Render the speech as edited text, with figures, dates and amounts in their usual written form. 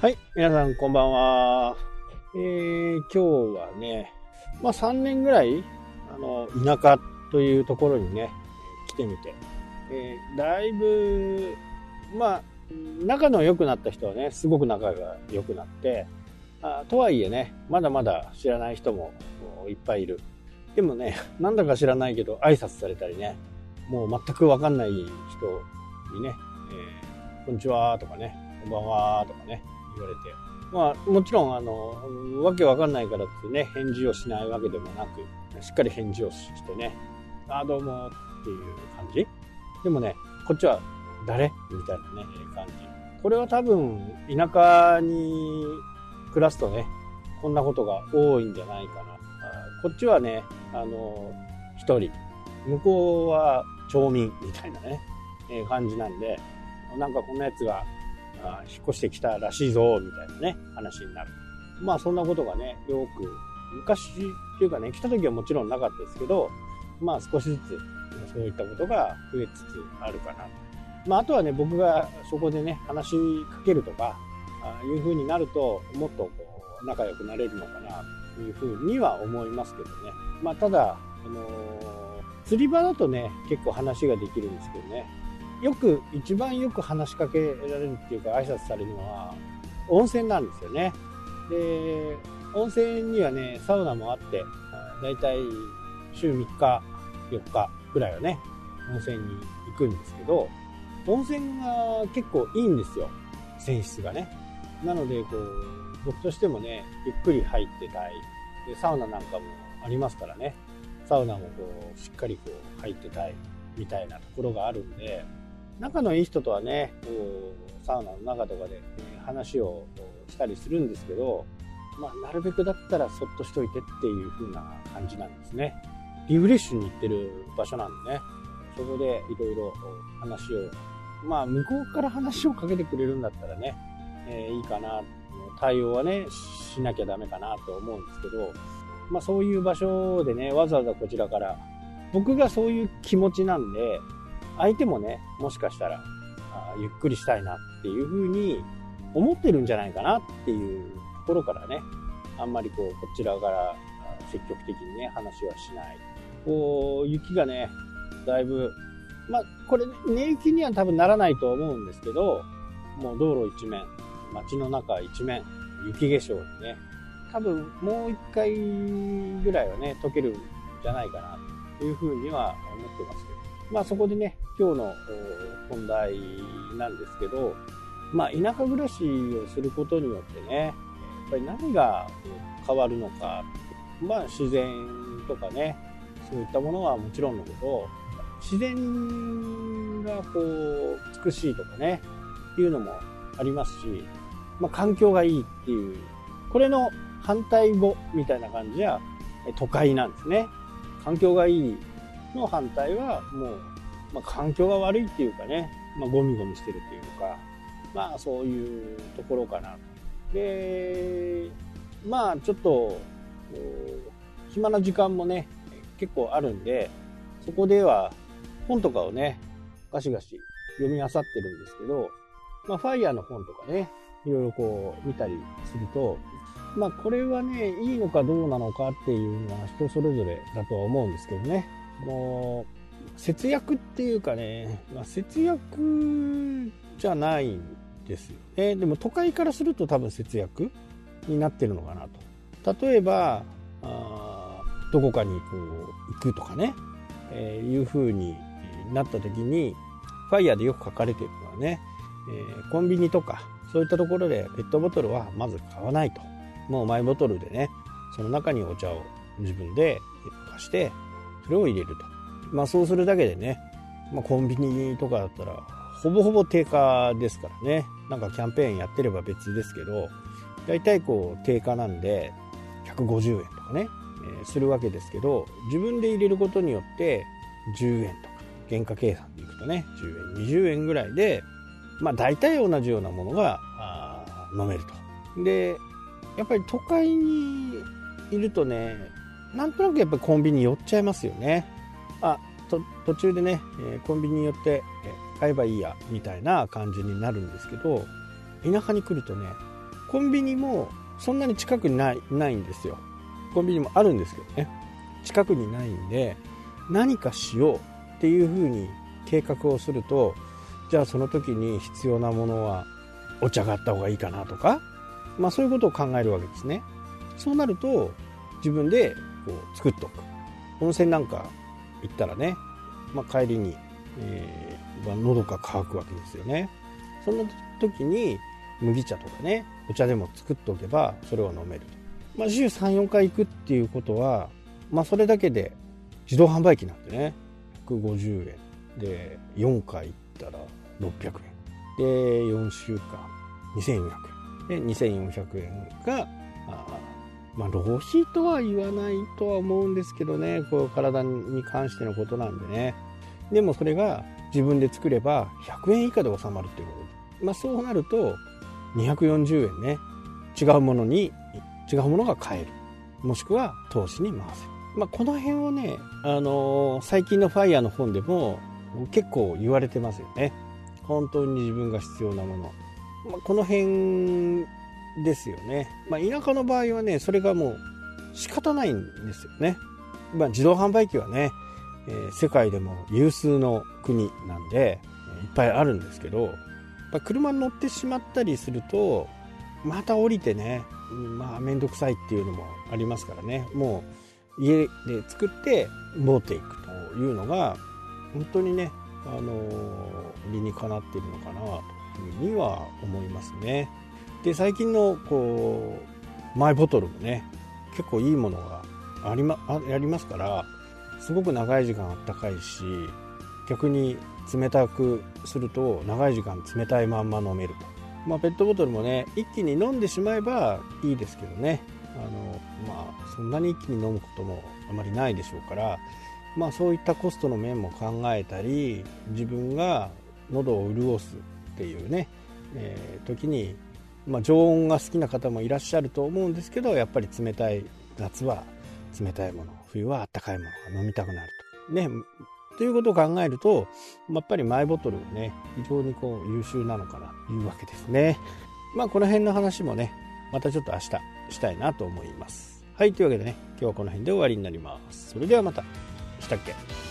はい、皆さんこんばんは。今日はね、3年ぐらい、田舎というところにね、来てみて、だいぶ、仲の良くなった人はね、すごく仲が良くなって、とはいえね、まだまだ知らない人もいっぱいいる。でもね、なんだか知らないけど、挨拶されたりね、もう全くわかんない人にね、こんにちはとかね、こんばんはとかね、言われて、もちろんわけわかんないからってね返事をしないわけでもなく、しっかり返事をしてね、どうもっていう感じでもね、こっちは誰みたいなね感じ。これは多分田舎に暮らすとね、こんなことが多いんじゃないかな。こっちはね一人、向こうは町民みたいなね感じなんで、なんかこんなやつが引っ越してきたらしいぞみたいなね話になる。そんなことがねよく昔っていうかね、来た時はもちろんなかったですけど、少しずつそういったことが増えつつあるかなと。あとはね、僕がそこでね話しかけるとかいう風になると、もっとこう仲良くなれるのかなという風には思いますけどね。ただ釣り場だとね結構話ができるんですけどね、一番よく話しかけられるっていうか挨拶されるのは温泉なんですよね。で、温泉にはねサウナもあって、だいたい週3日4日ぐらいはね温泉に行くんですけど、温泉が結構いいんですよ、泉質がね。なのでこう僕としてもねゆっくり入ってたい。でサウナなんかもありますからね、サウナもこうしっかりこう入ってたいみたいなところがあるんで、仲のいい人とはねこうサウナの中とかで話をしたりするんですけど、なるべくだったらそっとしといてっていう風な感じなんですね。リフレッシュに行ってる場所なんでね、そこでいろいろ話を、向こうから話をかけてくれるんだったらね、いいかな、対応はねしなきゃダメかなと思うんですけど、そういう場所でねわざわざこちらから、僕がそういう気持ちなんで、相手もねもしかしたらゆっくりしたいなっていう風に思ってるんじゃないかなっていうところからね、あんまりこちらから積極的にね話はしない。雪がねだいぶ、これ寝雪には多分ならないと思うんですけど、もう道路一面、街の中一面雪化粧でね、多分もう一回ぐらいはね溶けるんじゃないかなという風には思ってますけど、そこでね今日の本題なんですけど、田舎暮らしをすることによってね、やっぱり何が変わるのか、自然とかね、そういったものはもちろんのこと、自然がこう美しいとかねいうのもありますし、環境がいいっていう、これの反対語みたいな感じは都会なんですね。環境がいいの反対はもう、環境が悪いっていうかね、ゴミゴミしてるっていうか、そういうところかな。で、ちょっと暇な時間もね結構あるんで、そこでは本とかをねガシガシ読み漁ってるんですけど、ファイヤーの本とかねいろいろこう見たりすると、これはねいいのかどうなのかっていうのは人それぞれだとは思うんですけどね、節約っていうかね、節約じゃないんですよね。でも都会からすると多分節約になってるのかなと。例えばどこかにこう行くとかね、いう風になった時に、ファイヤーでよく書かれているのはね、コンビニとかそういったところでペットボトルはまず買わないと。もうマイボトルでね、その中にお茶を自分で貸してそれを入れると。そうするだけでね、コンビニとかだったらほぼほぼ定価ですからね。なんかキャンペーンやってれば別ですけど、だいたいこう定価なんで150円とかね、するわけですけど、自分で入れることによって10円とか、原価計算でいくとね10円20円ぐらいで、だいたい同じようなものが飲めると。でやっぱり都会にいるとね、なんとなくやっぱりコンビニ寄っちゃいますよね。途中でね、コンビニに寄って買えばいいやみたいな感じになるんですけど、田舎に来るとねコンビニもそんなに近くにないんですよ。コンビニもあるんですけどね、近くにないんで、何かしようっていう風に計画をすると、じゃあその時に必要なものはお茶があった方がいいかなとか、そういうことを考えるわけですね。そうなると自分でこう作っておく。温泉なんか行ったらね、帰りに、喉が渇くわけですよね。そんな時に麦茶とかね、お茶でも作っておけばそれを飲めると。週 3,4 回行くっていうことは、それだけで自動販売機なんてね、150円で4回行ったら600円で4週間2400円で2400円が浪費とは言わないとは思うんですけどね、こう体に関してのことなんでね。でもそれが自分で作れば100円以下で収まるっていうことで、そうなると240円ね、違うものが買える、もしくは投資に回せる。この辺をね、最近のファイヤーの本でも結構言われてますよね。本当に自分が必要なもの、この辺ですよね。田舎の場合はね、それがもう仕方ないんですよね。自動販売機はね、世界でも有数の国なんでいっぱいあるんですけど、車に乗ってしまったりするとまた降りてね、めんどくさいっていうのもありますからね、もう家で作って持っていくというのが本当にね、理にかなっているのかなというふうには思いますね。で、最近のこうマイボトルもね、結構いいものがありますから、すごく長い時間あったかいし、逆に冷たくすると長い時間冷たいまんま飲めると。ペットボトルもね、一気に飲んでしまえばいいですけどね、そんなに一気に飲むこともあまりないでしょうから、そういったコストの面も考えたり、自分が喉を潤すっていうね、時に、常温が好きな方もいらっしゃると思うんですけど、やっぱり冷たい夏は冷たいもの、冬はあったかいものが飲みたくなるとね、ということを考えると、やっぱりマイボトルはね、非常に優秀なのかなというわけですね。この辺の話もね、またちょっと明日したいなと思います。はい、というわけでね、今日はこの辺で終わりになります。それではまた。したっけ。